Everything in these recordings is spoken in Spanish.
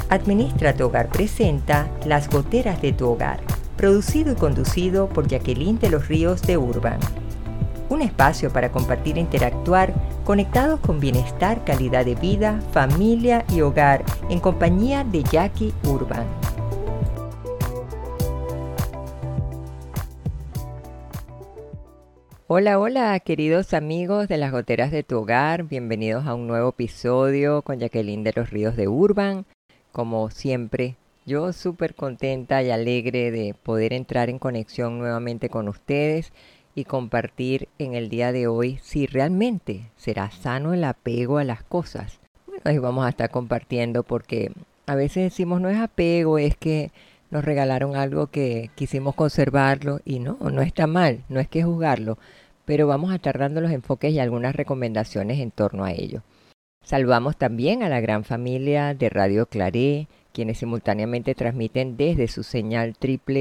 Administra tu Hogar presenta Las Goteras de tu Hogar, producido y conducido por Jacqueline de los Ríos de Urban. Un espacio para compartir e interactuar, conectados con bienestar, calidad de vida, familia y hogar, en compañía de Jackie Urban. Hola, hola, queridos amigos de Las Goteras de tu Hogar. Bienvenidos a un nuevo episodio con Jacqueline de los Ríos de Urban. Como siempre, yo súper contenta y alegre de poder entrar en conexión nuevamente con ustedes y compartir en el día de hoy si realmente será sano el apego a las cosas. Bueno, ahí vamos a estar compartiendo porque a veces decimos no es apego, es que nos regalaron algo que quisimos conservarlo y no está mal, no es que juzgarlo, pero vamos a estar dando los enfoques y algunas recomendaciones en torno a ello. Saludamos también a la gran familia de Radio Claret, quienes simultáneamente transmiten desde su señal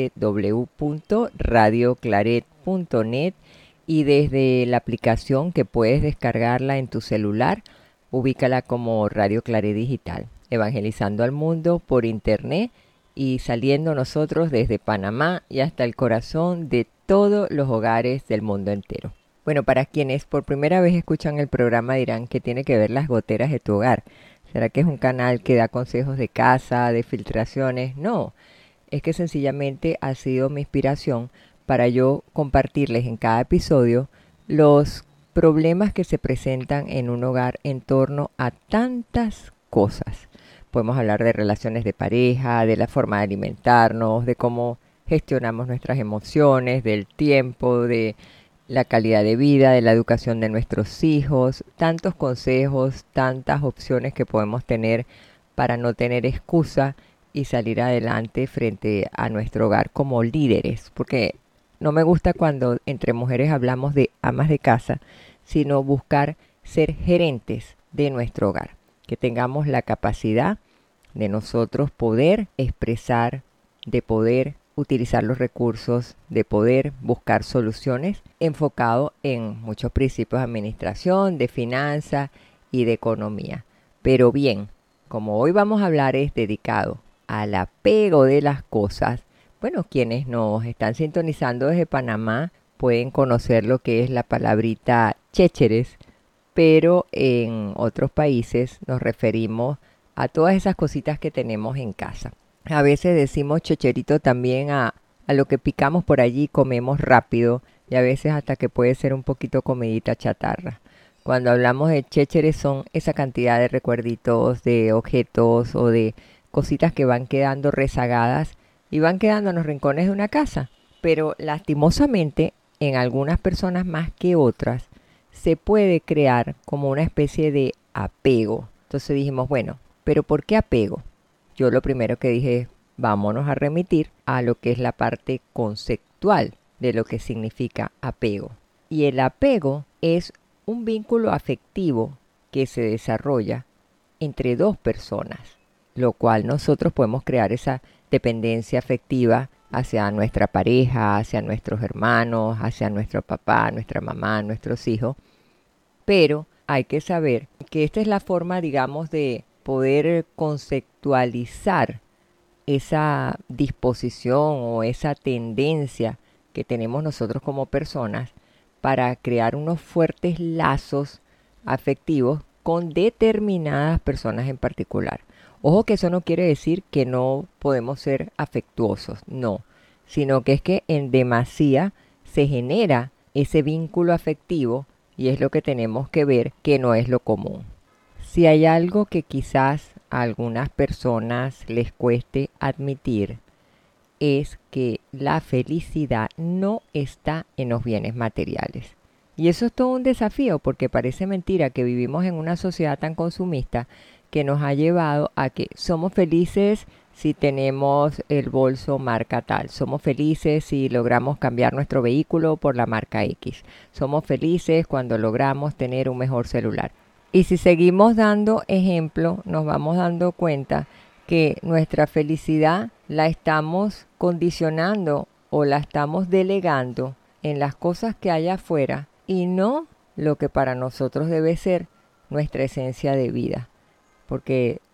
www.radioclaret.net y desde la aplicación que puedes descargarla en tu celular, ubícala como Radio Claret Digital, evangelizando al mundo por internet y saliendo nosotros desde Panamá y hasta el corazón de todos los hogares del mundo entero. Bueno, para quienes por primera vez escuchan el programa dirán que tiene que ver Las Goteras de tu Hogar. ¿Será que es un canal que da consejos de casa, de filtraciones? No, es que sencillamente ha sido mi inspiración para yo compartirles en cada episodio los problemas que se presentan en un hogar en torno a tantas cosas. Podemos hablar de relaciones de pareja, de la forma de alimentarnos, de cómo gestionamos nuestras emociones, del tiempo, de la calidad de vida, de la educación de nuestros hijos, tantos consejos, tantas opciones que podemos tener para no tener excusa y salir adelante frente a nuestro hogar como líderes, porque no me gusta cuando entre mujeres hablamos de amas de casa, sino buscar ser gerentes de nuestro hogar, que tengamos la capacidad de nosotros poder expresar, de poder utilizar los recursos, de poder buscar soluciones enfocado en muchos principios de administración, de finanzas y de economía. Pero bien, como hoy vamos a hablar es dedicado al apego de las cosas, bueno, quienes nos están sintonizando desde Panamá pueden conocer lo que es la palabrita chécheres, pero en otros países nos referimos a todas esas cositas que tenemos en casa. A veces decimos checherito también a lo que picamos por allí, comemos rápido y a veces hasta que puede ser un poquito comidita chatarra. Cuando hablamos de chécheres son esa cantidad de recuerditos, de objetos o de cositas que van quedando rezagadas y van quedando en los rincones de una casa. Pero lastimosamente en algunas personas más que otras se puede crear como una especie de apego. Entonces dijimos, bueno, ¿pero por qué apego? Yo lo primero que dije es, vámonos a remitir a lo que es la parte conceptual de lo que significa apego. Y el apego es un vínculo afectivo que se desarrolla entre dos personas, lo cual nosotros podemos crear esa dependencia afectiva hacia nuestra pareja, hacia nuestros hermanos, hacia nuestro papá, nuestra mamá, nuestros hijos. Pero hay que saber que esta es la forma, digamos, de poder conceptualizar esa disposición o esa tendencia que tenemos nosotros como personas para crear unos fuertes lazos afectivos con determinadas personas en particular. Ojo que eso no quiere decir que no podemos ser afectuosos, no, sino que es que en demasía se genera ese vínculo afectivo y es lo que tenemos que ver que no es lo común. Si hay algo que quizás a algunas personas les cueste admitir, es que la felicidad no está en los bienes materiales. Y eso es todo un desafío porque parece mentira que vivimos en una sociedad tan consumista que nos ha llevado a que somos felices si tenemos el bolso marca tal, somos felices si logramos cambiar nuestro vehículo por la marca X, somos felices cuando logramos tener un mejor celular. Y si seguimos dando ejemplo, nos vamos dando cuenta que nuestra felicidad la estamos condicionando o la estamos delegando en las cosas que hay afuera y no lo que para nosotros debe ser nuestra esencia de vida. Porque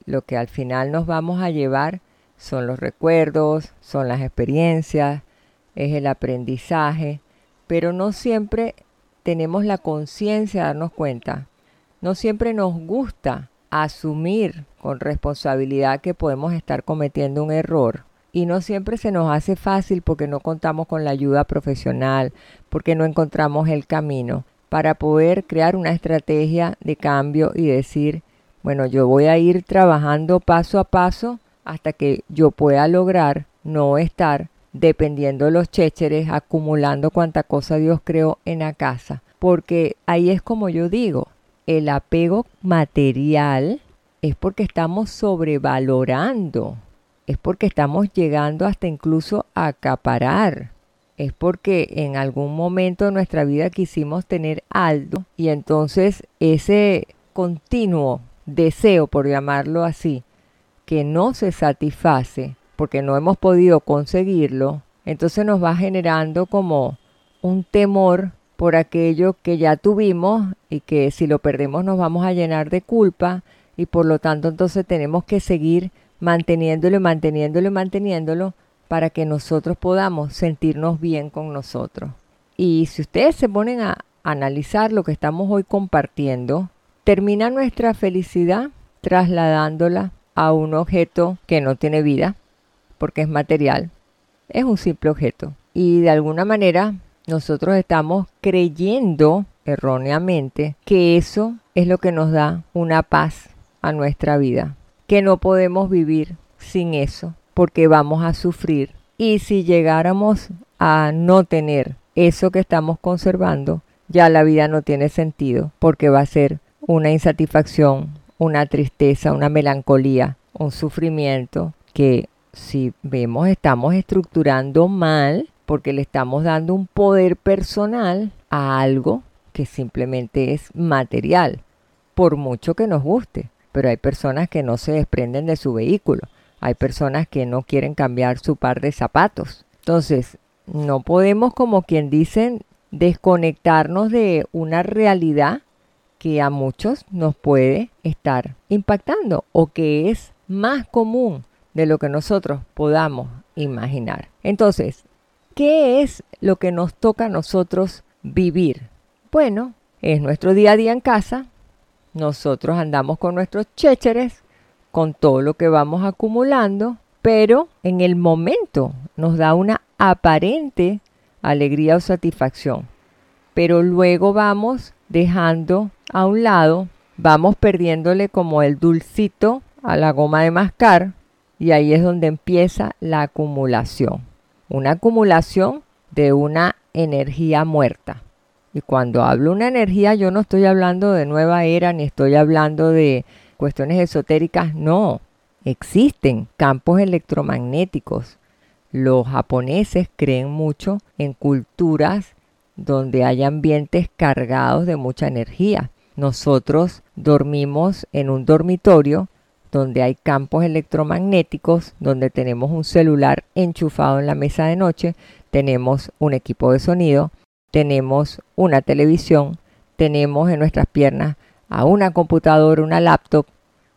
lo que al final nos vamos a llevar son los recuerdos, son las experiencias, es el aprendizaje, pero no siempre tenemos la conciencia de darnos cuenta. No siempre nos gusta asumir con responsabilidad que podemos estar cometiendo un error. Y no siempre se nos hace fácil porque no contamos con la ayuda profesional, porque no encontramos el camino para poder crear una estrategia de cambio y decir, bueno, yo voy a ir trabajando paso a paso hasta que yo pueda lograr no estar dependiendo de los chécheres, acumulando cuanta cosa Dios creó en la casa. Porque ahí es como yo digo, el apego material es porque estamos sobrevalorando, es porque estamos llegando hasta incluso a acaparar, es porque en algún momento de nuestra vida quisimos tener algo y entonces ese continuo deseo, por llamarlo así, que no se satisface porque no hemos podido conseguirlo, entonces nos va generando como un temor por aquello que ya tuvimos y que si lo perdemos nos vamos a llenar de culpa y por lo tanto entonces tenemos que seguir manteniéndolo, manteniéndolo, manteniéndolo para que nosotros podamos sentirnos bien con nosotros. Y si ustedes se ponen a analizar lo que estamos hoy compartiendo, termina nuestra felicidad trasladándola a un objeto que no tiene vida, porque es material, es un simple objeto. Y de alguna manera nosotros estamos creyendo erróneamente que eso es lo que nos da una paz a nuestra vida, que no podemos vivir sin eso, porque vamos a sufrir. Y si llegáramos a no tener eso que estamos conservando, ya la vida no tiene sentido, porque va a ser una insatisfacción, una tristeza, una melancolía, un sufrimiento que si vemos estamos estructurando mal porque le estamos dando un poder personal a algo que simplemente es material, por mucho que nos guste. Pero hay personas que no se desprenden de su vehículo, hay personas que no quieren cambiar su par de zapatos. Entonces, no podemos, como quien dicen, desconectarnos de una realidad que a muchos nos puede estar impactando o que es más común de lo que nosotros podamos imaginar. Entonces, ¿qué es lo que nos toca a nosotros vivir? Bueno, es nuestro día a día en casa. Nosotros andamos con nuestros chécheres, con todo lo que vamos acumulando, pero en el momento nos da una aparente alegría o satisfacción. Pero luego vamos dejando a un lado, vamos perdiéndole como el dulcito a la goma de mascar y ahí es donde empieza la acumulación. Una acumulación de una energía muerta. Y cuando hablo una energía yo no estoy hablando de nueva era ni estoy hablando de cuestiones esotéricas, no. Existen campos electromagnéticos. Los japoneses creen mucho en culturas donde hay ambientes cargados de mucha energía. Nosotros dormimos en un dormitorio donde hay campos electromagnéticos, donde tenemos un celular enchufado en la mesa de noche, tenemos un equipo de sonido, tenemos una televisión, tenemos en nuestras piernas a una computadora, una laptop,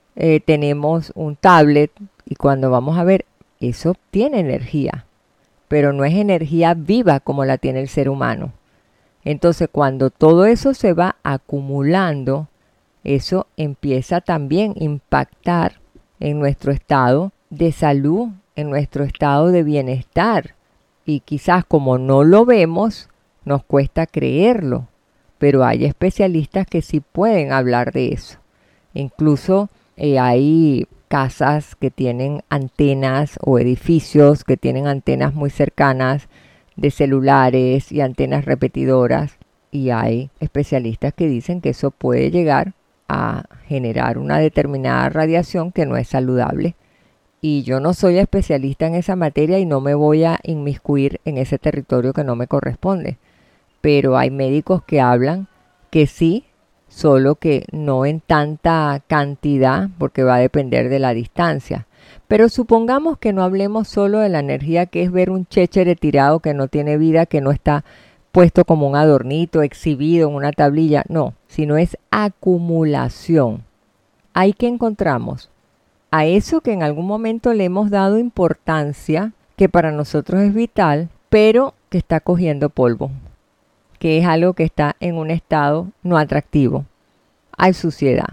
tenemos un tablet y cuando vamos a ver, eso tiene energía, pero no es energía viva como la tiene el ser humano. Entonces, cuando todo eso se va acumulando, eso empieza también a impactar en nuestro estado de salud, en nuestro estado de bienestar. Y quizás como no lo vemos, nos cuesta creerlo, pero hay especialistas que sí pueden hablar de eso. Incluso hay casas que tienen antenas o edificios que tienen antenas muy cercanas de celulares y antenas repetidoras y hay especialistas que dicen que eso puede llegar a generar una determinada radiación que no es saludable. Y yo no soy especialista en esa materia y no me voy a inmiscuir en ese territorio que no me corresponde. Pero hay médicos que hablan que sí, solo que no en tanta cantidad porque va a depender de la distancia. Pero supongamos que no hablemos solo de la energía que es ver un chéchere tirado que no tiene vida, que no está puesto como un adornito, exhibido en una tablilla, no, sino es acumulación. Ahí que encontramos a eso que en algún momento le hemos dado importancia, que para nosotros es vital, pero que está cogiendo polvo, que es algo que está en un estado no atractivo. Hay suciedad.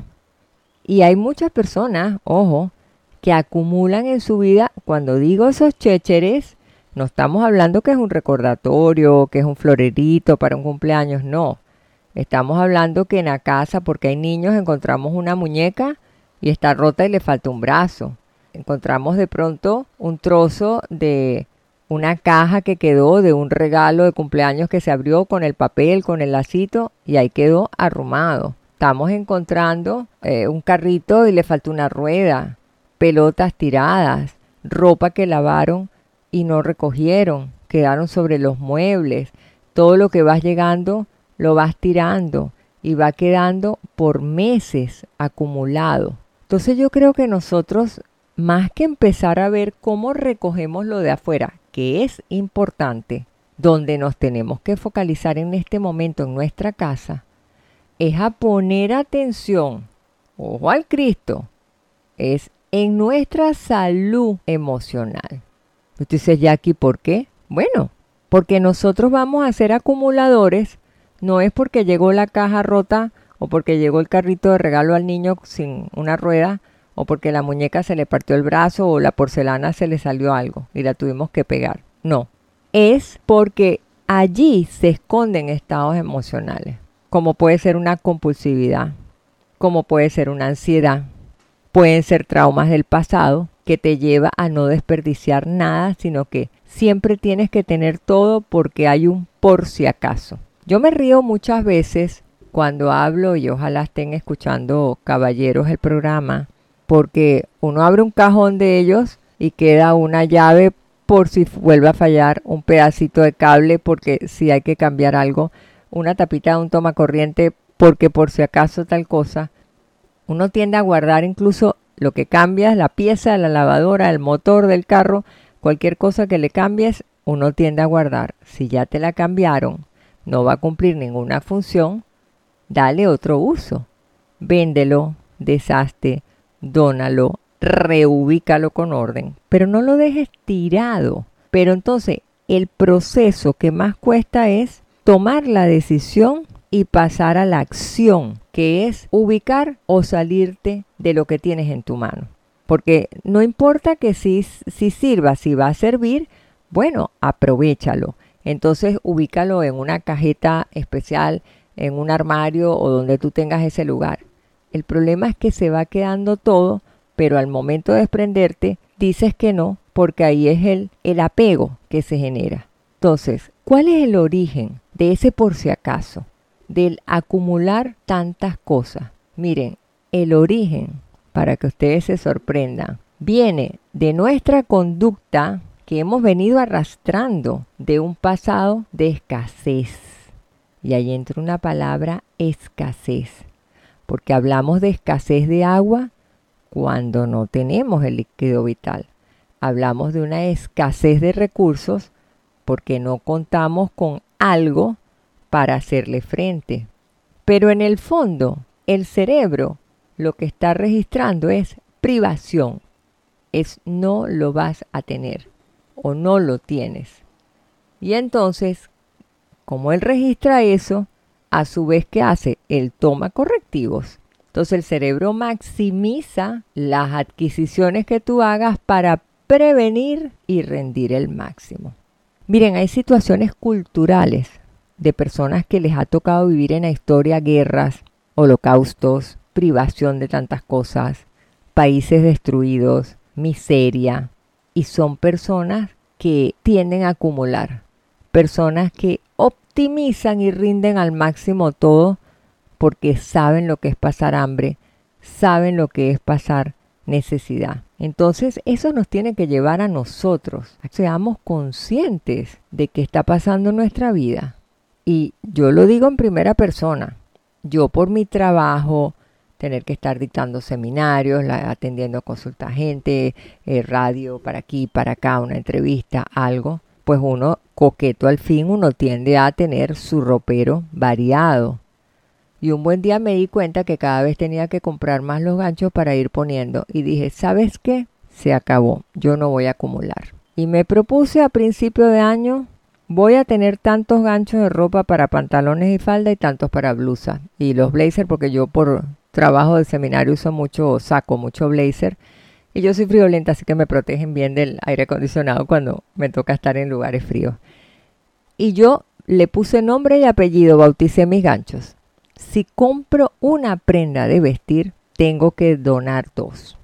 Y hay muchas personas, ojo, que acumulan en su vida, cuando digo esos chécheres, no estamos hablando que es un recordatorio, que es un florerito para un cumpleaños, no. Estamos hablando que en la casa, porque hay niños, encontramos una muñeca y está rota y le falta un brazo. Encontramos de pronto un trozo de una caja que quedó de un regalo de cumpleaños que se abrió con el papel, con el lacito, y ahí quedó arrumado. Estamos encontrando un carrito y le falta una rueda, pelotas tiradas, ropa que lavaron y no recogieron, quedaron sobre los muebles. Todo lo que vas llegando lo vas tirando y va quedando por meses acumulado. Entonces yo creo que nosotros, más que empezar a ver cómo recogemos lo de afuera, que es importante, donde nos tenemos que focalizar en este momento en nuestra casa, es a poner atención, ojo al Cristo, es en nuestra salud emocional. Usted dice, Jackie, ¿por qué? Bueno, porque nosotros vamos a ser acumuladores, no es porque llegó la caja rota o porque llegó el carrito de regalo al niño sin una rueda o porque la muñeca se le partió el brazo o la porcelana se le salió algo y la tuvimos que pegar. No, es porque allí se esconden estados emocionales, como puede ser una compulsividad, como puede ser una ansiedad, pueden ser traumas del pasado que te lleva a no desperdiciar nada, sino que siempre tienes que tener todo porque hay un por si acaso. Yo me río muchas veces cuando hablo, y ojalá estén escuchando caballeros el programa, porque uno abre un cajón de ellos y queda una llave por si vuelve a fallar, un pedacito de cable porque si hay que cambiar algo, una tapita de un tomacorriente porque por si acaso tal cosa. Uno tiende a guardar incluso lo que cambias, la pieza de la lavadora, el motor del carro, cualquier cosa que le cambies, uno tiende a guardar. Si ya te la cambiaron, no va a cumplir ninguna función, dale otro uso. Véndelo, deshazte, dónalo, reubícalo con orden, pero no lo dejes tirado. Pero entonces el proceso que más cuesta es tomar la decisión y pasar a la acción, que es ubicar o salirte de lo que tienes en tu mano. Porque no importa que si sirva, si va a servir, bueno, aprovéchalo. Entonces ubícalo en una cajeta especial, en un armario o donde tú tengas ese lugar. El problema es que se va quedando todo, pero al momento de desprenderte dices que no, porque ahí es el apego que se genera. Entonces, ¿cuál es el origen de ese por si acaso? Del acumular tantas cosas. Miren, el origen, para que ustedes se sorprendan, viene de nuestra conducta que hemos venido arrastrando de un pasado de escasez. Y ahí entra una palabra, escasez, porque hablamos de escasez de agua cuando no tenemos el líquido vital. Hablamos de una escasez de recursos porque no contamos con algo para hacerle frente. Pero en el fondo, el cerebro lo que está registrando es privación. Es no lo vas a tener o no lo tienes. Y entonces, como él registra eso, a su vez, ¿qué hace? Él toma correctivos. Entonces el cerebro maximiza las adquisiciones que tú hagas para prevenir y rendir el máximo. Miren, hay situaciones culturales de personas que les ha tocado vivir en la historia guerras, holocaustos, privación de tantas cosas, países destruidos, miseria, y son personas que tienden a acumular, personas que optimizan y rinden al máximo todo porque saben lo que es pasar hambre, saben lo que es pasar necesidad. Entonces eso nos tiene que llevar a nosotros, a que seamos conscientes de qué está pasando en nuestra vida. Y yo lo digo en primera persona. Yo por mi trabajo, tener que estar dictando seminarios, atendiendo consulta a gente, radio para aquí, para acá, una entrevista, algo, pues uno, coqueto al fin, uno tiende a tener su ropero variado. Y un buen día me di cuenta que cada vez tenía que comprar más los ganchos para ir poniendo. Y dije, ¿sabes qué? Se acabó. Yo no voy a acumular. Y me propuse a principio de año, voy a tener tantos ganchos de ropa para pantalones y falda y tantos para blusas. Y los blazers, porque yo por trabajo de seminario uso mucho saco, mucho blazer. Y yo soy friolenta, así que me protegen bien del aire acondicionado cuando me toca estar en lugares fríos. Y yo le puse nombre y apellido, bauticé mis ganchos. Si compro una prenda de vestir, tengo que donar 2.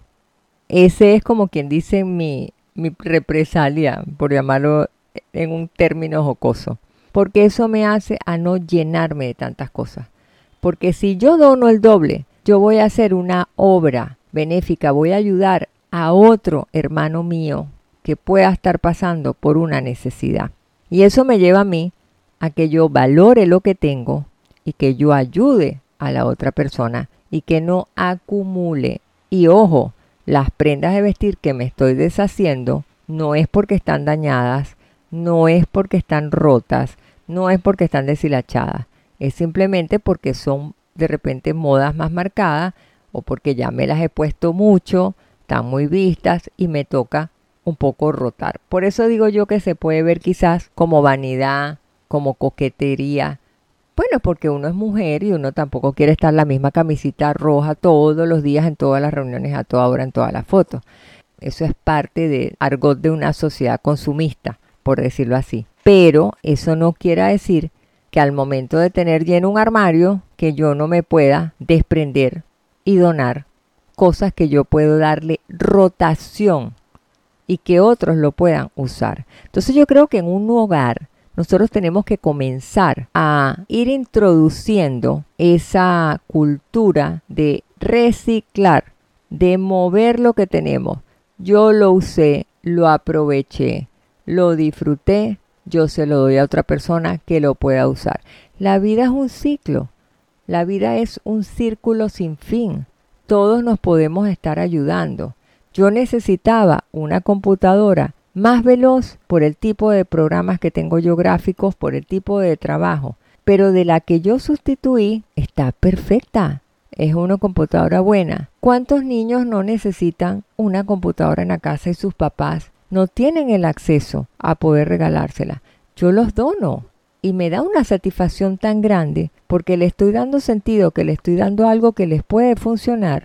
Ese es como quien dice mi represalia, por llamarlo en un término jocoso. Porque eso me hace a no llenarme de tantas cosas. Porque si yo dono el doble, yo voy a hacer una obra benéfica, voy a ayudar a otro hermano mío que pueda estar pasando por una necesidad. Y eso me lleva a mí a que yo valore lo que tengo y que yo ayude a la otra persona y que no acumule. Y ojo, las prendas de vestir que me estoy deshaciendo no es porque están dañadas, no es porque están rotas, no es porque están deshilachadas. Es simplemente porque son de repente modas más marcadas o porque ya me las he puesto mucho, están muy vistas y me toca un poco rotar. Por eso digo yo que se puede ver quizás como vanidad, como coquetería. Bueno, porque uno es mujer y uno tampoco quiere estar la misma camisita roja todos los días en todas las reuniones, a toda hora, en todas las fotos. Eso es parte del argot de una sociedad consumista, por decirlo así. Pero eso no quiere decir que al momento de tener lleno un armario, que yo no me pueda desprender y donar cosas que yo puedo darle rotación y que otros lo puedan usar. Entonces yo creo que en un hogar nosotros tenemos que comenzar a ir introduciendo esa cultura de reciclar, de mover lo que tenemos. Yo lo usé, lo aproveché, lo disfruté, yo se lo doy a otra persona que lo pueda usar. La vida es un ciclo, la vida es un círculo sin fin. Todos nos podemos estar ayudando. Yo necesitaba una computadora más veloz por el tipo de programas que tengo yo gráficos, por el tipo de trabajo. Pero de la que yo sustituí está perfecta. Es una computadora buena. ¿Cuántos niños no necesitan una computadora en la casa y sus papás no tienen el acceso a poder regalársela? Yo los dono y me da una satisfacción tan grande porque le estoy dando sentido, que le estoy dando algo que les puede funcionar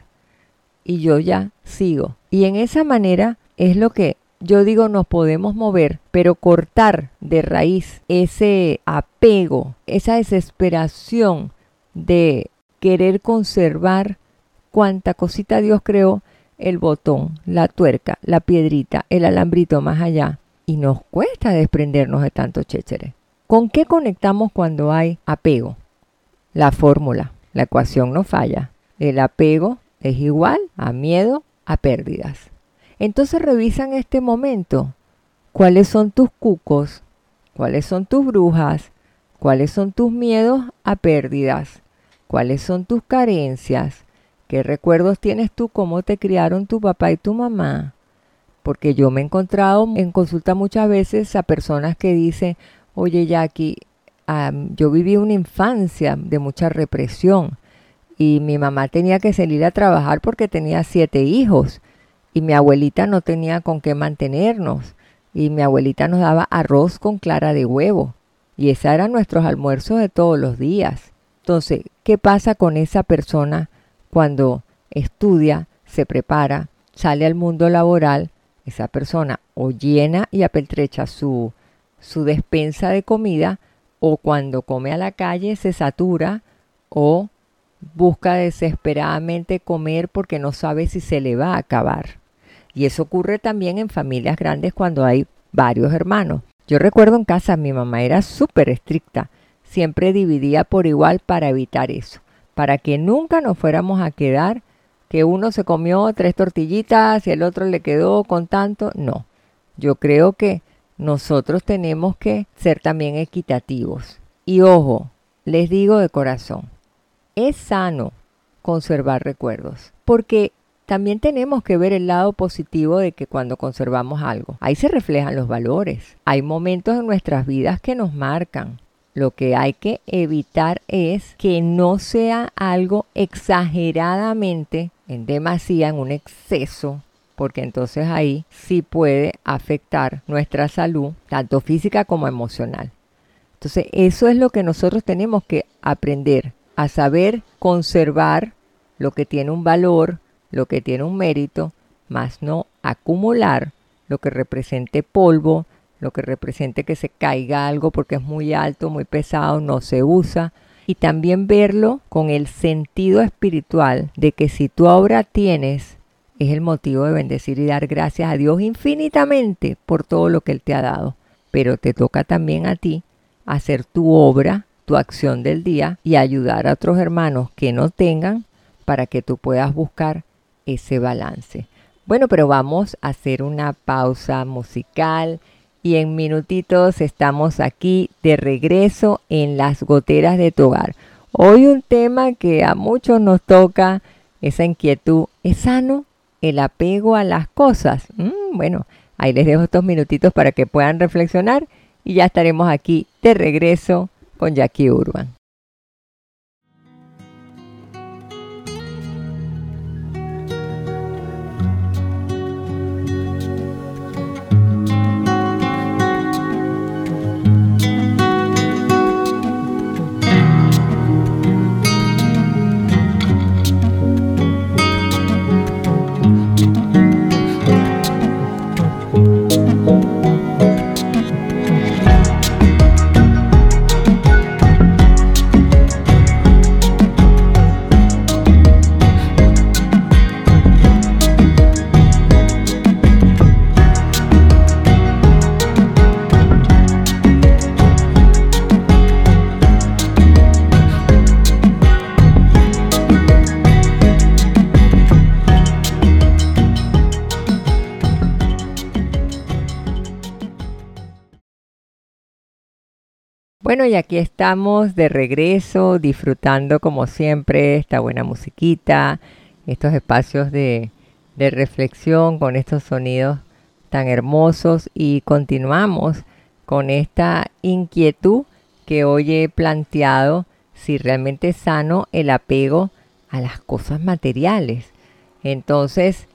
y yo ya sigo. Y en esa manera es lo que yo digo, nos podemos mover, pero cortar de raíz ese apego, esa desesperación de querer conservar cuánta cosita Dios creó, el botón, la tuerca, la piedrita, el alambrito más allá. Y nos cuesta desprendernos de tanto chéchere. ¿Con qué conectamos cuando hay apego? La fórmula, la ecuación no falla. El apego es igual a miedo a pérdidas. Entonces revisa en este momento cuáles son tus cucos, cuáles son tus brujas, cuáles son tus miedos a pérdidas, cuáles son tus carencias, qué recuerdos tienes tú, cómo te criaron tu papá y tu mamá. Porque yo me he encontrado en consulta muchas veces a personas que dicen, oye Jackie, yo viví una infancia de mucha represión y mi mamá tenía que salir a trabajar porque tenía 7 hijos. Y mi abuelita no tenía con qué mantenernos. Y mi abuelita nos daba arroz con clara de huevo. Y esos eran nuestros almuerzos de todos los días. Entonces, ¿qué pasa con esa persona cuando estudia, se prepara, sale al mundo laboral? Esa persona o llena y apeltrecha su despensa de comida, o cuando come a la calle se satura o busca desesperadamente comer porque no sabe si se le va a acabar. Y eso ocurre también en familias grandes cuando hay varios hermanos. Yo recuerdo en casa mi mamá era súper estricta. Siempre dividía por igual para evitar eso. Para que nunca nos fuéramos a quedar que uno se comió 3 tortillitas y el otro le quedó con tanto. No. Yo creo que nosotros tenemos que ser también equitativos. Y ojo, les digo de corazón, es sano conservar recuerdos. Porque también tenemos que ver el lado positivo de que cuando conservamos algo, ahí se reflejan los valores. Hay momentos en nuestras vidas que nos marcan. Lo que hay que evitar es que no sea algo exageradamente, en demasía, en un exceso, porque entonces ahí sí puede afectar nuestra salud, tanto física como emocional. Entonces eso es lo que nosotros tenemos que aprender, a saber conservar lo que tiene un valor, lo que tiene un mérito, más no acumular lo que represente polvo, lo que represente que se caiga algo porque es muy alto, muy pesado, no se usa. Y también verlo con el sentido espiritual de que si tú ahora tienes, es el motivo de bendecir y dar gracias a Dios infinitamente por todo lo que Él te ha dado. Pero te toca también a ti hacer tu obra, tu acción del día y ayudar a otros hermanos que no tengan para que tú puedas buscar ese balance. Bueno, pero vamos a hacer una pausa musical y en minutitos estamos aquí de regreso en Las Goteras de tu Hogar. Hoy un tema que a muchos nos toca, esa inquietud. ¿Es sano el apego a las cosas? Bueno, ahí les dejo estos minutitos para que puedan reflexionar y ya estaremos aquí de regreso con Jackie Urban. Bueno, y aquí estamos de regreso, disfrutando como siempre esta buena musiquita, estos espacios de reflexión con estos sonidos tan hermosos y continuamos con esta inquietud que hoy he planteado, si realmente es sano el apego a las cosas materiales. Entonces,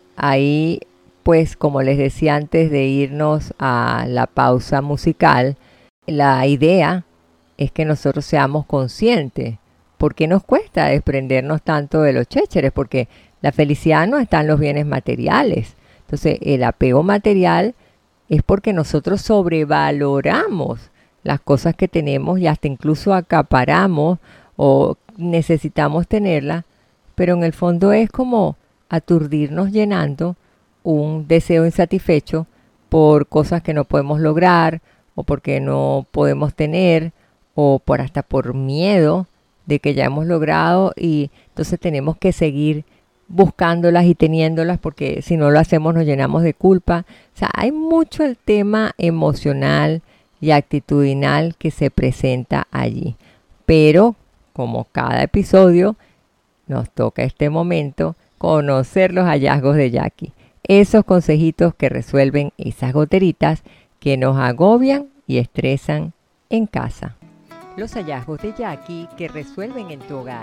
ahí, pues como les decía antes de irnos a la pausa musical, la idea es que nosotros seamos conscientes. ¿Por qué nos cuesta desprendernos tanto de los chécheres? Porque la felicidad no está en los bienes materiales. Entonces, el apego material es porque nosotros sobrevaloramos las cosas que tenemos y hasta incluso acaparamos o necesitamos tenerlas, pero en el fondo es como aturdirnos llenando un deseo insatisfecho por cosas que no podemos lograr, o porque no podemos tener, o hasta por miedo de que ya hemos logrado y entonces tenemos que seguir buscándolas y teniéndolas porque si no lo hacemos nos llenamos de culpa. O sea, hay mucho el tema emocional y actitudinal que se presenta allí. Pero como cada episodio nos toca este momento conocer los hallazgos de Jackie. Esos consejitos que resuelven esas goteritas que nos agobian y estresan en casa. Los hallazgos de Jackie que resuelven en tu hogar.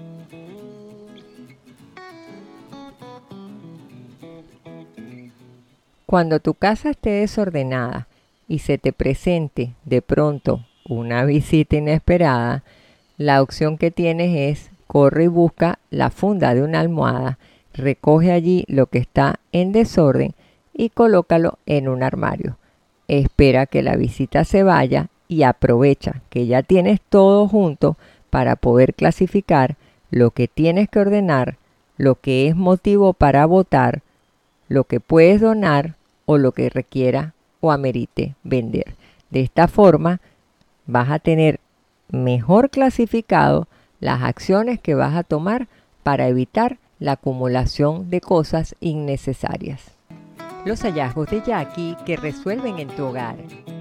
Cuando tu casa esté desordenada y se te presente de pronto una visita inesperada, la opción que tienes es corre y busca la funda de una almohada, recoge allí lo que está en desorden y colócalo en un armario. Espera que la visita se vaya y aprovecha que ya tienes todo junto para poder clasificar lo que tienes que ordenar, lo que es motivo para votar, lo que puedes donar o lo que requiera o amerite vender. De esta forma vas a tener mejor clasificado las acciones que vas a tomar para evitar la acumulación de cosas innecesarias. Los hallazgos de Jackie que resuelven en tu hogar.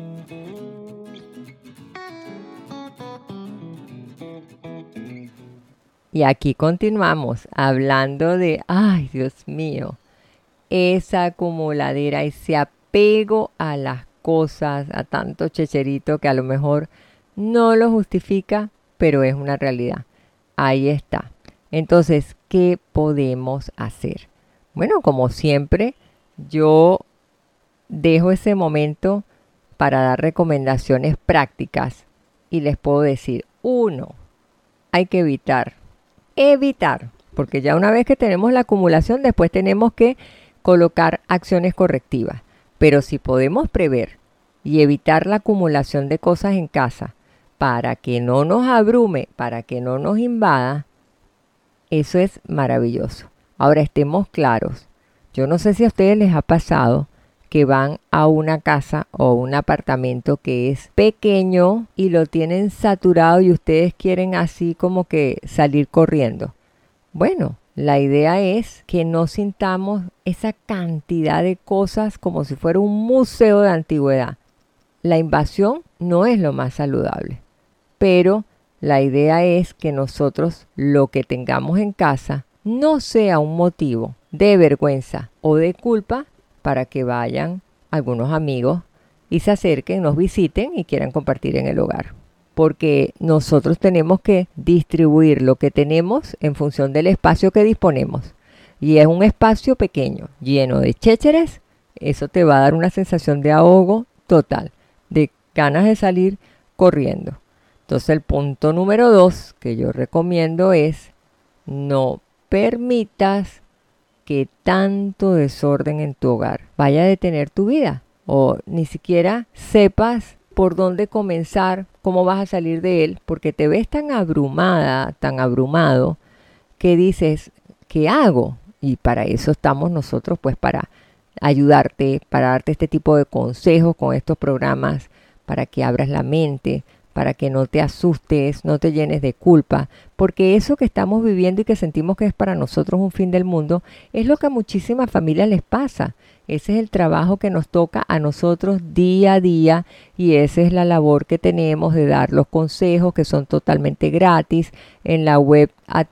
Y aquí continuamos hablando de, ay Dios mío, esa acumuladera, ese apego a las cosas, a tanto checherito que a lo mejor no lo justifica, pero es una realidad. Ahí está. Entonces, ¿qué podemos hacer? Bueno, como siempre, yo dejo ese momento para dar recomendaciones prácticas y les puedo decir, 1, hay que evitar, porque ya una vez que tenemos la acumulación, después tenemos que colocar acciones correctivas. Pero si podemos prever y evitar la acumulación de cosas en casa para que no nos abrume, para que no nos invada, eso es maravilloso. Ahora estemos claros. Yo no sé si a ustedes les ha pasado que van a una casa o un apartamento que es pequeño y lo tienen saturado y ustedes quieren así como que salir corriendo. Bueno, la idea es que no sintamos esa cantidad de cosas como si fuera un museo de antigüedad. La invasión no es lo más saludable, pero la idea es que nosotros lo que tengamos en casa no sea un motivo de vergüenza o de culpa para que vayan algunos amigos y se acerquen, nos visiten y quieran compartir en el hogar. Porque nosotros tenemos que distribuir lo que tenemos en función del espacio que disponemos. Y es un espacio pequeño, lleno de chécheres, eso te va a dar una sensación de ahogo total, de ganas de salir corriendo. Entonces el punto número 2 que yo recomiendo es no permitas que tanto desorden en tu hogar vaya a detener tu vida o ni siquiera sepas por dónde comenzar, cómo vas a salir de él, porque te ves tan abrumada, tan abrumado, que dices, ¿qué hago? Y para eso estamos nosotros, pues para ayudarte, para darte este tipo de consejos con estos programas, para que abras la mente, para que no te asustes, no te llenes de culpa, porque eso que estamos viviendo y que sentimos que es para nosotros un fin del mundo, es lo que a muchísimas familias les pasa. Ese es el trabajo que nos toca a nosotros día a día y esa es la labor que tenemos de dar los consejos que son totalmente gratis en la web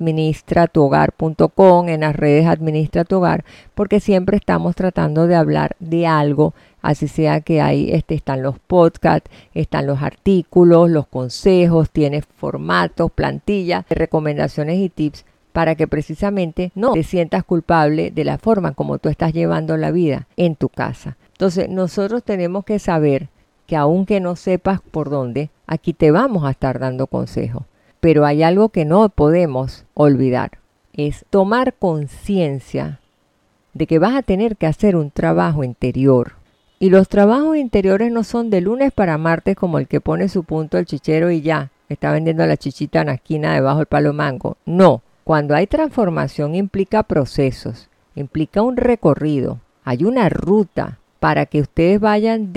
administratuhogar.com, en las redes Administra tu Hogar, porque siempre estamos tratando de hablar de algo, así sea que ahí están los podcasts, están los artículos, los consejos, tienes formatos, plantillas, recomendaciones y tips para que precisamente no te sientas culpable de la forma como tú estás llevando la vida en tu casa. Entonces nosotros tenemos que saber que aunque no sepas por dónde, aquí te vamos a estar dando consejos. Pero hay algo que no podemos olvidar, es tomar conciencia de que vas a tener que hacer un trabajo interior. Y los trabajos interiores no son de lunes para martes como el que pone su punto el chichero y ya, está vendiendo la chichita en la esquina debajo del palo mango. No. Cuando hay transformación implica procesos, implica un recorrido, hay una ruta para que ustedes vayan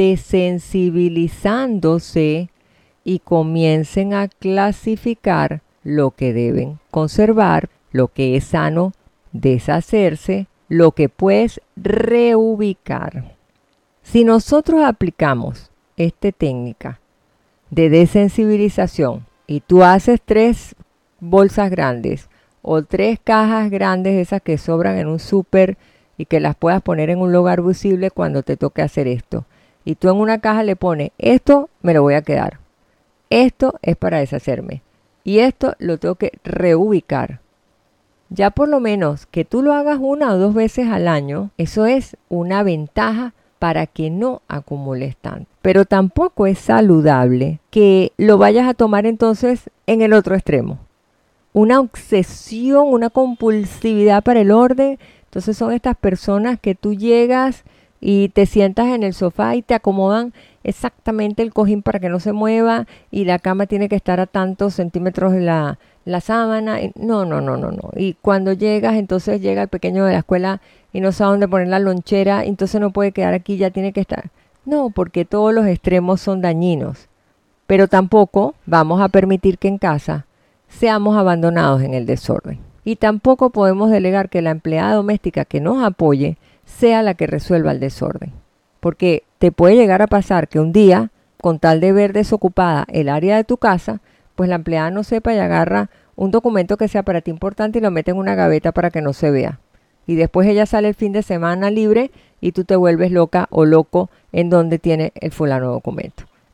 desensibilizándose y comiencen a clasificar lo que deben conservar, lo que es sano deshacerse, lo que puedes reubicar. Si nosotros aplicamos esta técnica de desensibilización y tú haces 3 bolsas grandes, o 3 cajas grandes esas que sobran en un súper y que las puedas poner en un lugar visible cuando te toque hacer esto. Y tú en una caja le pones, esto me lo voy a quedar, esto es para deshacerme y esto lo tengo que reubicar. Ya por lo menos que tú lo hagas 1 o 2 veces al año, eso es una ventaja para que no acumules tanto. Pero tampoco es saludable que lo vayas a tomar entonces en el otro extremo. Una obsesión, una compulsividad para el orden. Entonces son estas personas que tú llegas y te sientas en el sofá y te acomodan exactamente el cojín para que no se mueva y la cama tiene que estar a tantos centímetros de la sábana. No. Y cuando llegas, entonces llega el pequeño de la escuela y no sabe dónde poner la lonchera, entonces no puede quedar aquí, ya tiene que estar. No, porque todos los extremos son dañinos. Pero tampoco vamos a permitir que en casa seamos abandonados en el desorden. Y tampoco podemos delegar que la empleada doméstica que nos apoye sea la que resuelva el desorden. Porque te puede llegar a pasar que un día, con tal de ver desocupada el área de tu casa, pues la empleada no sepa y agarra un documento que sea para ti importante y lo mete en una gaveta para que no se vea. Y después ella sale el fin de semana libre y tú te vuelves loca o loco en donde tiene el fulano documento.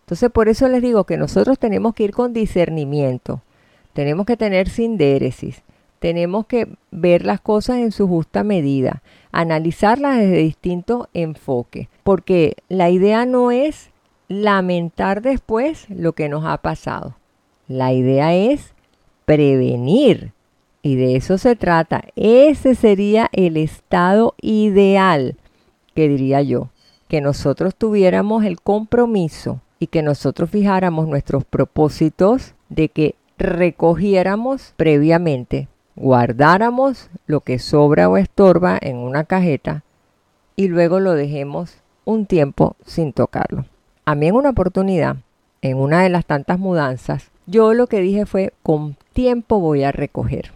Entonces por eso les digo que nosotros tenemos que ir con discernimiento, tenemos que tener sindéresis, tenemos que ver las cosas en su justa medida, analizarlas desde distintos enfoques, porque la idea no es lamentar después lo que nos ha pasado. La idea es prevenir, y de eso se trata. Ese sería el estado ideal, que diría yo, que nosotros tuviéramos el compromiso y que nosotros fijáramos nuestros propósitos de que recogiéramos previamente, guardáramos lo que sobra o estorba en una cajeta y luego lo dejemos un tiempo sin tocarlo. A mí en una oportunidad, en una de las tantas mudanzas, yo lo que dije fue, con tiempo voy a recoger.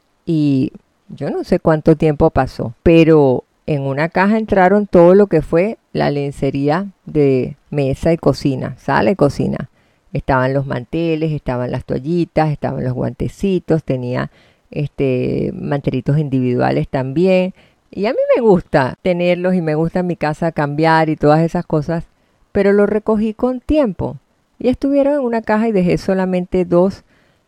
Y yo no sé cuánto tiempo pasó, pero en una caja entraron todo lo que fue la lencería de mesa y cocina, sala y cocina. Estaban los manteles, estaban las toallitas, estaban los guantecitos, tenía mantelitos individuales también. Y a mí me gusta tenerlos y me gusta en mi casa cambiar y todas esas cosas, pero los recogí con tiempo. Y estuvieron en una caja y dejé solamente dos,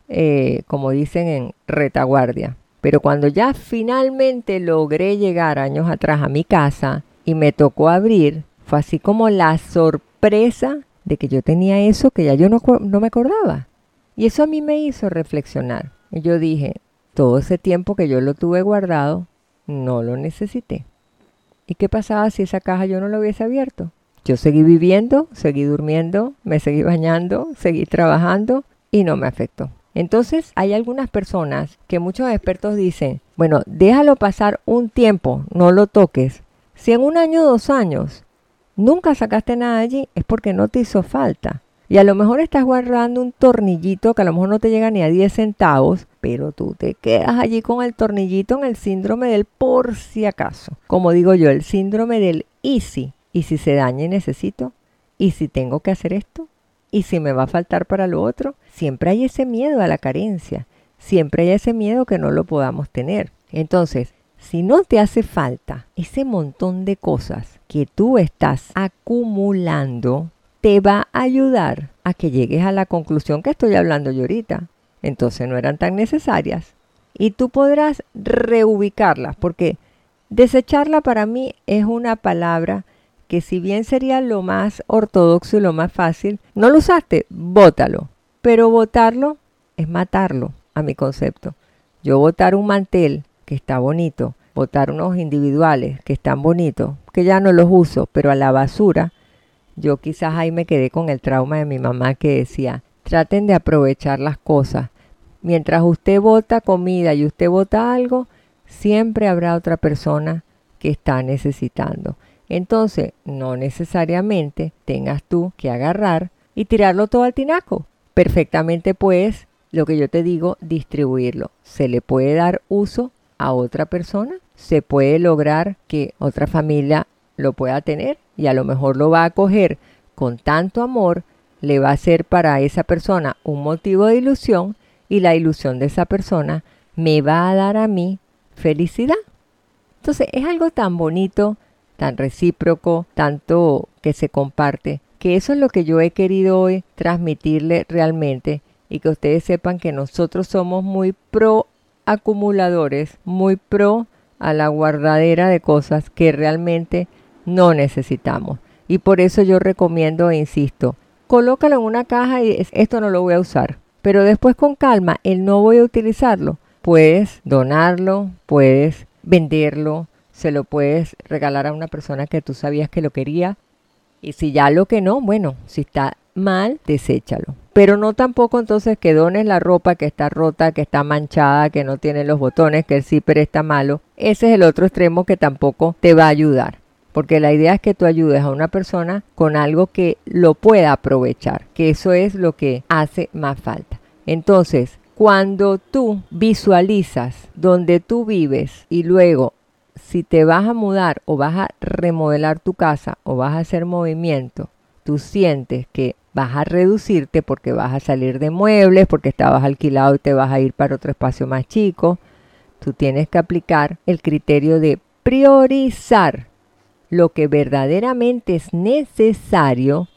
como dicen, en retaguardia. Pero cuando ya finalmente logré llegar años atrás a mi casa y me tocó abrir, fue así como la sorpresa de que yo tenía eso que ya yo no me acordaba. Y eso a mí me hizo reflexionar. Y yo dije, todo ese tiempo que yo lo tuve guardado, no lo necesité. ¿Y qué pasaba si esa caja yo no la hubiese abierto? Yo seguí viviendo, seguí durmiendo, me seguí bañando, seguí trabajando y no me afectó. Entonces hay algunas personas que muchos expertos dicen, bueno, déjalo pasar un tiempo, no lo toques. Si en 1 año o 2 años nunca sacaste nada allí, es porque no te hizo falta. Y a lo mejor estás guardando un tornillito que a lo mejor no te llega ni a 10 centavos, pero tú te quedas allí con el tornillito en el síndrome del por si acaso. Como digo yo, el síndrome del ¿y si? ¿Y si se daña y necesito? ¿Y si tengo que hacer esto? ¿Y si me va a faltar para lo otro? Siempre hay ese miedo a la carencia. Siempre hay ese miedo que no lo podamos tener. Entonces, si no te hace falta ese montón de cosas que tú estás acumulando, te va a ayudar a que llegues a la conclusión que estoy hablando yo ahorita. Entonces no eran tan necesarias. Y tú podrás reubicarlas, porque desecharla para mí es una palabra que si bien sería lo más ortodoxo y lo más fácil, no lo usaste, bótalo. Pero botarlo es matarlo, a mi concepto. Yo botar un mantel que está bonito, botar unos individuales que están bonitos, que ya no los uso, pero a la basura, yo quizás ahí me quedé con el trauma de mi mamá que decía, traten de aprovechar las cosas. Mientras usted bota comida y usted bota algo, siempre habrá otra persona que está necesitando. Entonces, no necesariamente tengas tú que agarrar y tirarlo todo al tinaco. Perfectamente puedes, lo que yo te digo, distribuirlo. Se le puede dar uso a otra persona, se puede lograr que otra familia lo pueda tener y a lo mejor lo va a acoger con tanto amor, le va a ser para esa persona un motivo de ilusión y la ilusión de esa persona me va a dar a mí felicidad. Entonces, es algo tan bonito, tan recíproco, tanto que se comparte, que eso es lo que yo he querido hoy transmitirle realmente y que ustedes sepan que nosotros somos muy pro acumuladores, muy pro a la guardadera de cosas que realmente no necesitamos. Y por eso yo recomiendo e insisto, colócalo en una caja y esto no lo voy a usar, pero después con calma, el no voy a utilizarlo, puedes donarlo, puedes venderlo, se lo puedes regalar a una persona que tú sabías que lo quería. Y si ya lo que no, bueno, si está mal, deséchalo. Pero no tampoco entonces que dones la ropa que está rota, que está manchada, que no tiene los botones, que el zipper está malo. Ese es el otro extremo que tampoco te va a ayudar. Porque la idea es que tú ayudes a una persona con algo que lo pueda aprovechar, que eso es lo que hace más falta. Entonces, cuando tú visualizas donde tú vives y luego si te vas a mudar o vas a remodelar tu casa o vas a hacer movimiento, tú sientes que vas a reducirte porque vas a salir de muebles, porque estabas alquilado y te vas a ir para otro espacio más chico, tú tienes que aplicar el criterio de priorizar lo que verdaderamente es necesario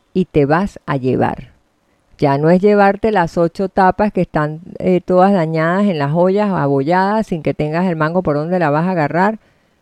y te vas a llevar. Ya no es llevarte las 8 tapas que están todas dañadas en las ollas, abolladas, sin que tengas el mango por donde la vas a agarrar.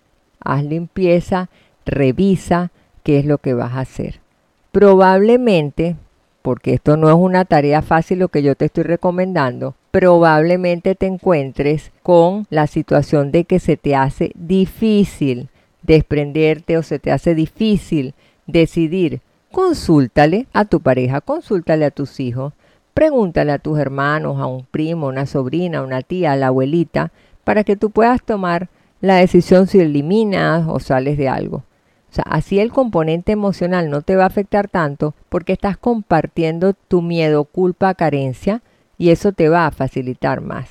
Haz limpieza, revisa qué es lo que vas a hacer. Probablemente, porque esto no es una tarea fácil lo que yo te estoy recomendando, probablemente te encuentres con la situación de que se te hace difícil desprenderte o se te hace difícil decidir. Consúltale a tu pareja, consúltale a tus hijos, pregúntale a tus hermanos, a un primo, una sobrina, una tía, a la abuelita, para que tú puedas tomar la decisión si eliminas o sales de algo. O sea, así el componente emocional no te va a afectar tanto porque estás compartiendo tu miedo, culpa, carencia y eso te va a facilitar más.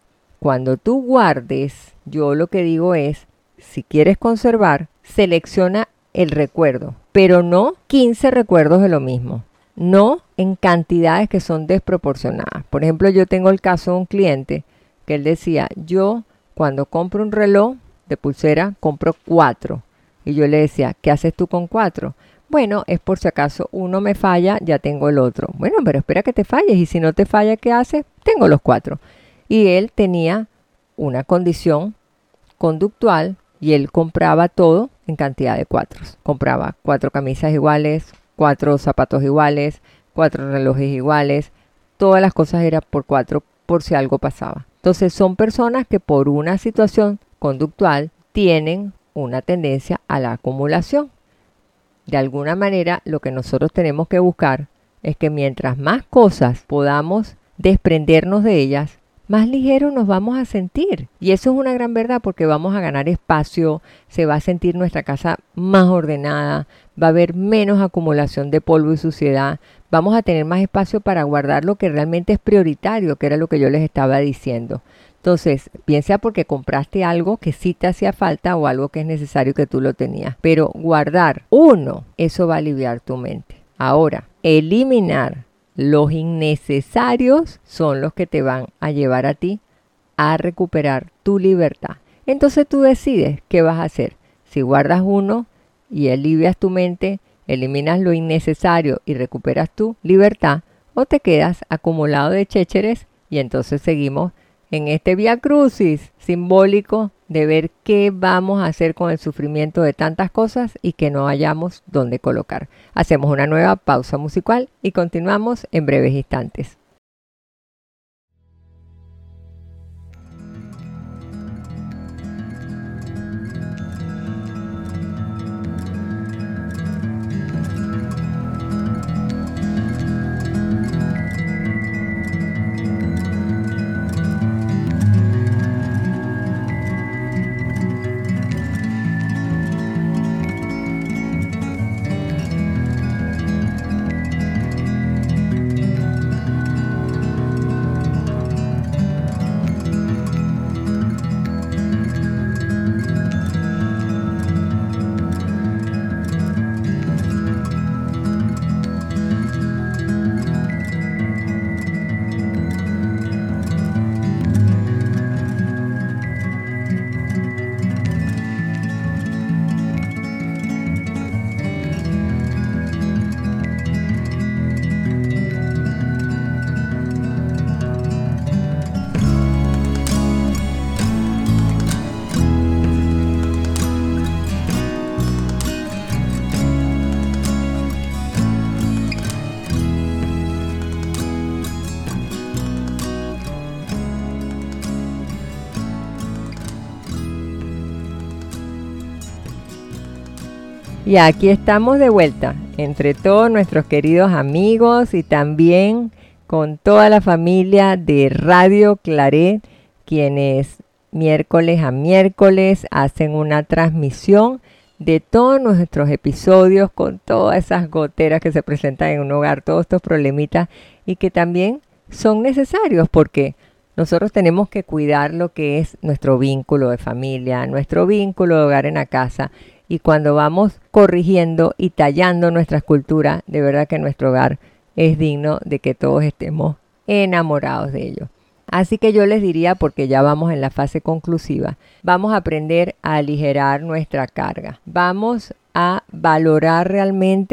Cuando tú guardes, yo lo que digo es, si quieres conservar, selecciona el recuerdo, pero no 15 recuerdos de lo mismo, no en cantidades que son desproporcionadas. Por ejemplo, yo tengo el caso de un cliente que él decía, yo cuando compro un reloj de pulsera, compro 4. Y yo le decía, ¿qué haces tú con 4? Bueno, es por si acaso uno me falla, ya tengo el otro. Bueno, pero espera que te falles y si no te falla, ¿qué haces? Tengo los 4. Y él tenía una condición conductual y él compraba todo en cantidad de 4. Compraba 4 camisas iguales, 4 zapatos iguales, 4 relojes iguales. Todas las cosas eran por 4 por si algo pasaba. Entonces son personas que por una situación conductual tienen una tendencia a la acumulación. De alguna manera, lo que nosotros tenemos que buscar es que mientras más cosas podamos desprendernos de ellas, más ligeros nos vamos a sentir. Y eso es una gran verdad porque vamos a ganar espacio, se va a sentir nuestra casa más ordenada, va a haber menos acumulación de polvo y suciedad, vamos a tener más espacio para guardar lo que realmente es prioritario, que era lo que yo les estaba diciendo. Entonces, piensa porque compraste algo que sí te hacía falta o algo que es necesario que tú lo tenías. Pero guardar uno, eso va a aliviar tu mente. Ahora, eliminar los innecesarios son los que te van a llevar a ti a recuperar tu libertad. Entonces tú decides qué vas a hacer. Si guardas uno y alivias tu mente, eliminas lo innecesario y recuperas tu libertad, o te quedas acumulado de chécheres y entonces seguimos en este vía crucis simbólico de ver qué vamos a hacer con el sufrimiento de tantas cosas y que no hayamos dónde colocar. Hacemos una nueva pausa musical y continuamos en breves instantes. Y aquí estamos de vuelta, entre todos nuestros queridos amigos y también con toda la familia de Radio Claret, quienes miércoles a miércoles hacen una transmisión de todos nuestros episodios con todas esas goteras que se presentan en un hogar, todos estos problemitas y que también son necesarios porque nosotros tenemos que cuidar lo que es nuestro vínculo de familia, nuestro vínculo de hogar en la casa. Y cuando vamos corrigiendo y tallando nuestras culturas, de verdad que nuestro hogar es digno de que todos estemos enamorados de ello. Así que yo les diría, porque ya vamos en la fase conclusiva, vamos a aprender a aligerar nuestra carga. Vamos a valorar realmente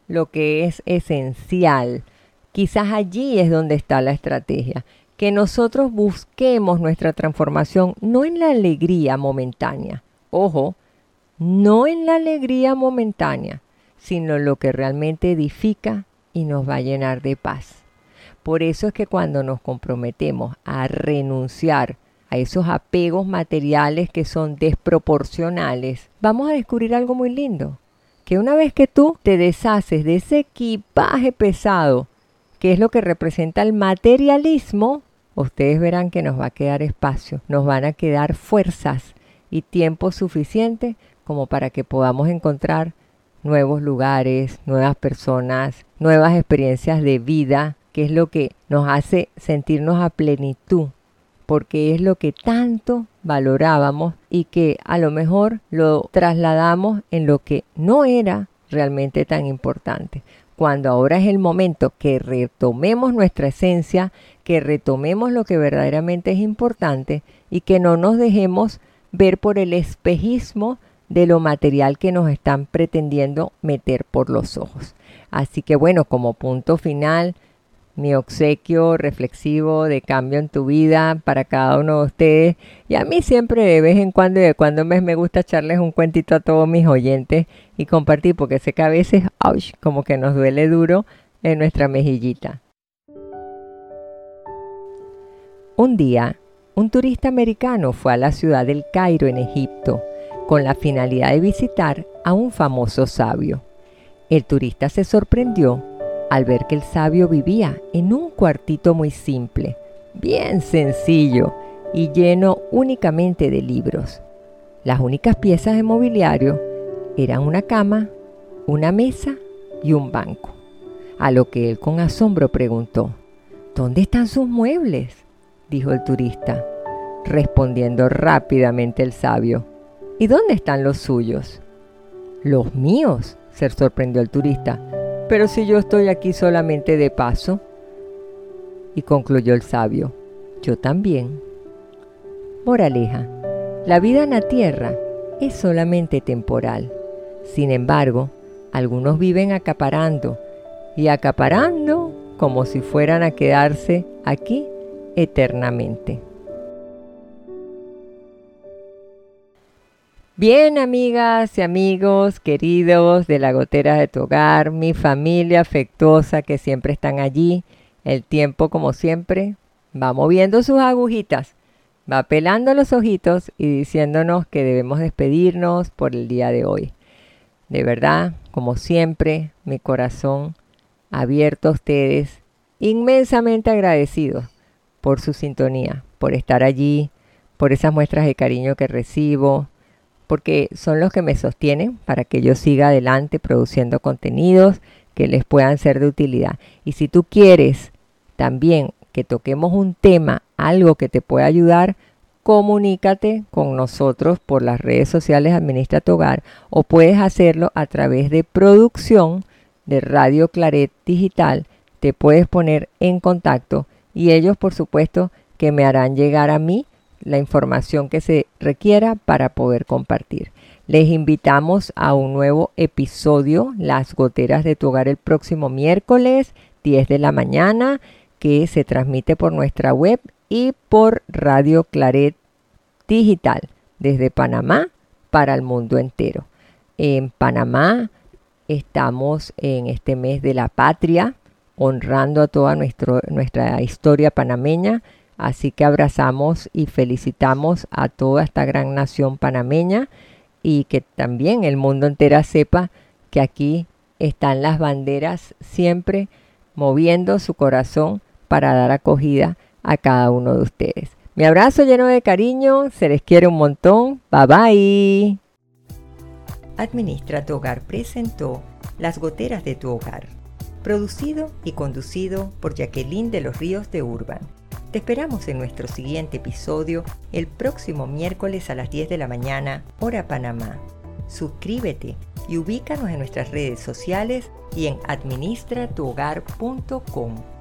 lo que es esencial. Quizás allí es donde está la estrategia. Que nosotros busquemos nuestra transformación no en la alegría momentánea. Ojo, no en la alegría momentánea, sino en lo que realmente edifica y nos va a llenar de paz. Por eso es que cuando nos comprometemos a renunciar a esos apegos materiales que son desproporcionales, vamos a descubrir algo muy lindo. Que una vez que tú te deshaces de ese equipaje pesado, que es lo que representa el materialismo, ustedes verán que nos va a quedar espacio, nos van a quedar fuerzas y tiempo suficiente como para que podamos encontrar nuevos lugares, nuevas personas, nuevas experiencias de vida, que es lo que nos hace sentirnos a plenitud, porque es lo que tanto valorábamos y que a lo mejor lo trasladamos en lo que no era realmente tan importante. Cuando ahora es el momento que retomemos nuestra esencia, que retomemos lo que verdaderamente es importante y que no nos dejemos ver por el espejismo de lo material que nos están pretendiendo meter por los ojos. Así que bueno, como punto final, mi obsequio reflexivo de cambio en tu vida para cada uno de ustedes. Y a mí siempre de vez en cuando y de cuando en vez me gusta echarles un cuentito a todos mis oyentes y compartir, porque sé que a veces, como que nos duele duro en nuestra mejillita. Un día, un turista americano fue a la ciudad del Cairo en Egipto con la finalidad de visitar a un famoso sabio. El turista se sorprendió al ver que el sabio vivía en un cuartito muy simple, bien sencillo y lleno únicamente de libros. Las únicas piezas de mobiliario eran una cama, una mesa y un banco. A lo que él con asombro preguntó: ¿dónde están sus muebles?, dijo el turista, respondiendo rápidamente el sabio: ¿y dónde están los suyos? Los míos, se sorprendió el turista. Pero si yo estoy aquí solamente de paso. Y concluyó el sabio: yo también. Moraleja: la vida en la tierra es solamente temporal. Sin embargo, algunos viven acaparando y acaparando como si fueran a quedarse aquí eternamente. Bien, amigas y amigos queridos de la Gotera de tu Hogar, mi familia afectuosa que siempre están allí, el tiempo como siempre va moviendo sus agujitas, va pelando los ojitos y diciéndonos que debemos despedirnos por el día de hoy. De verdad, como siempre, mi corazón abierto a ustedes, inmensamente agradecidos por su sintonía, por estar allí, por esas muestras de cariño que recibo, porque son los que me sostienen para que yo siga adelante produciendo contenidos que les puedan ser de utilidad. Y si tú quieres también que toquemos un tema, algo que te pueda ayudar, comunícate con nosotros por las redes sociales Administra tu Hogar, o puedes hacerlo a través de producción de Radio Claret Digital. Te puedes poner en contacto y ellos, por supuesto, que me harán llegar a mí la información que se requiera para poder compartir. Les invitamos a un nuevo episodio, Las Goteras de tu Hogar, el próximo miércoles, 10 de la mañana, que se transmite por nuestra web y por Radio Claret Digital, desde Panamá para el mundo entero. En Panamá estamos en este mes de la patria, honrando a toda nuestra historia panameña. Así que abrazamos y felicitamos a toda esta gran nación panameña, y que también el mundo entero sepa que aquí están las banderas siempre moviendo su corazón para dar acogida a cada uno de ustedes. Mi abrazo lleno de cariño, se les quiere un montón. Bye bye. Administra tu Hogar presentó Las Goteras de tu Hogar, producido y conducido por Jacqueline de los Ríos de Urban. Te esperamos en nuestro siguiente episodio el próximo miércoles a las 10 de la mañana, hora Panamá. Suscríbete y ubícanos en nuestras redes sociales y en administratuhogar.com.